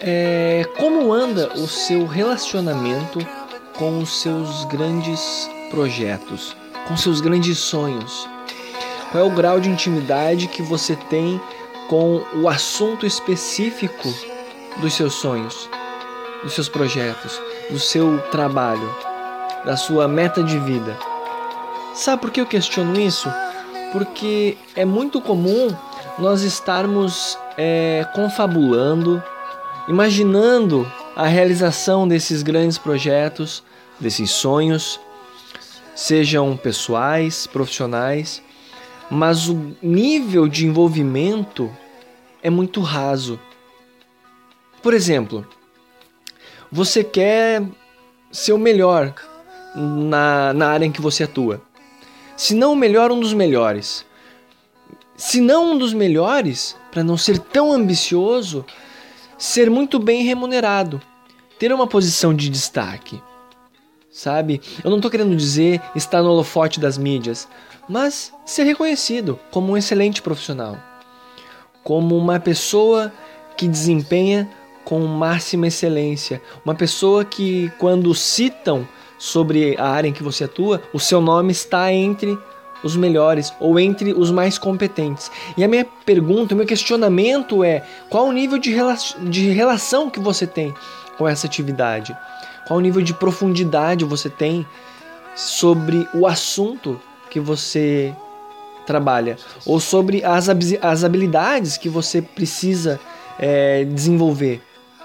Como anda o seu relacionamento com os seus grandes projetos, com seus grandes sonhos? Qual é o grau de intimidade que você tem com o assunto específico dos seus sonhos, dos seus projetos, do seu trabalho, da sua meta de vida? Sabe por que eu questiono isso? Porque é muito comum nós estarmos confabulando, imaginando a realização desses grandes projetos, desses sonhos, sejam pessoais, profissionais, mas o nível de envolvimento é muito raso. Por exemplo, você quer ser o melhor na área em que você atua. Se não o melhor, um dos melhores. Se não um dos melhores, para não ser tão ambicioso, ser muito bem remunerado, ter uma posição de destaque, sabe? Eu não estou querendo dizer estar no holofote das mídias, mas ser reconhecido como um excelente profissional, como uma pessoa que desempenha com máxima excelência, uma pessoa que, quando citam sobre a área em que você atua, o seu nome está entre os melhores ou entre os mais competentes. E a minha pergunta, o meu questionamento é: qual o nível de relação que você tem com essa atividade? Qual o nível de profundidade você tem sobre o assunto que você trabalha? Ou sobre as habilidades que você precisa desenvolver?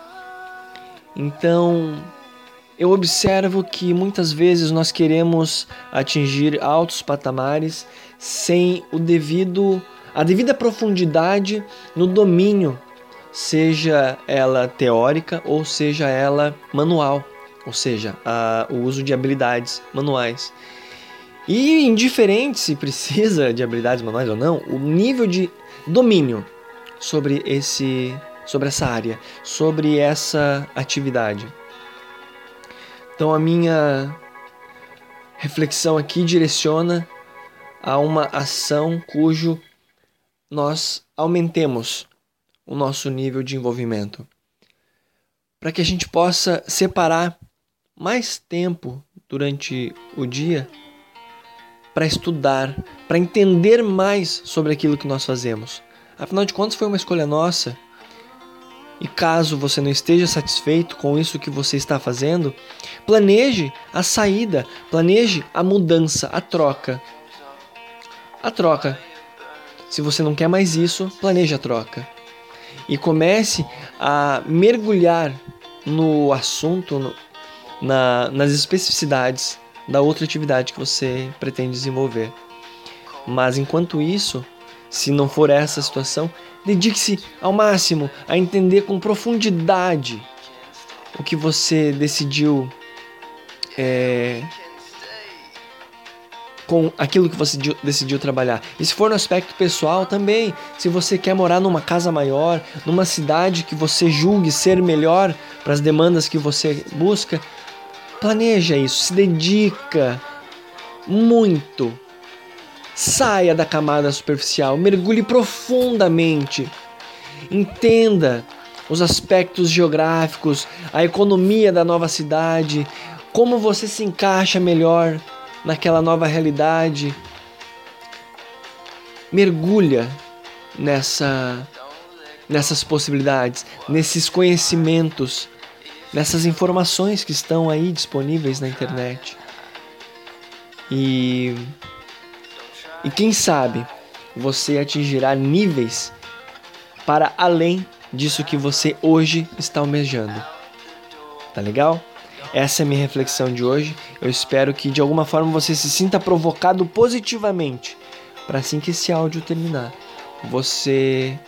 Então, eu observo que muitas vezes nós queremos atingir altos patamares sem a devida profundidade no domínio, seja ela teórica ou seja ela manual, ou seja, o uso de habilidades manuais. E indiferente se precisa de habilidades manuais ou não, o nível de domínio sobre essa área, sobre essa atividade. Então a minha reflexão aqui direciona a uma ação cujo nós aumentemos o nosso nível de envolvimento, para que a gente possa separar mais tempo durante o dia para estudar, para entender mais sobre aquilo que nós fazemos. Afinal de contas, foi uma escolha nossa. E caso você não esteja satisfeito com isso que você está fazendo, planeje a saída, planeje a mudança, a troca. A troca. Se você não quer mais isso, planeje a troca. E comece a mergulhar no assunto, nas especificidades da outra atividade que você pretende desenvolver. Mas enquanto isso, se não for essa a situação, dedique-se ao máximo a entender com profundidade o que você decidiu, com aquilo que você decidiu trabalhar. E se for no aspecto pessoal também, se você quer morar numa casa maior, numa cidade que você julgue ser melhor para as demandas que você busca, planeja isso, se dedica muito. Saia da camada superficial, mergulhe profundamente. Entenda os aspectos geográficos, a economia da nova cidade, como você se encaixa melhor naquela nova realidade. Mergulha nessas possibilidades, nesses conhecimentos, nessas informações que estão aí disponíveis na internet. E quem sabe você atingirá níveis para além disso que você hoje está almejando. Tá legal? Essa é a minha reflexão de hoje. Eu espero que de alguma forma você se sinta provocado positivamente, para assim que esse áudio terminar, você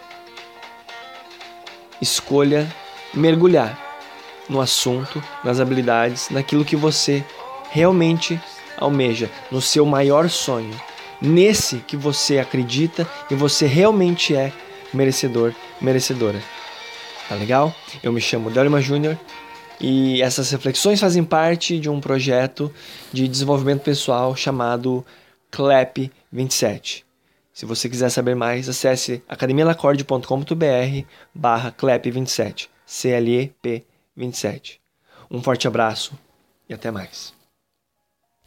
escolha mergulhar no assunto, nas habilidades, naquilo que você realmente almeja, no seu maior sonho, nesse que você acredita e você realmente é merecedor, merecedora. Tá legal? Eu me chamo Delima Júnior e essas reflexões fazem parte de um projeto de desenvolvimento pessoal chamado CLEP 27. Se você quiser saber mais, acesse academialacorde.com.br/CLEP 27. CLEP27. Um forte abraço e até mais.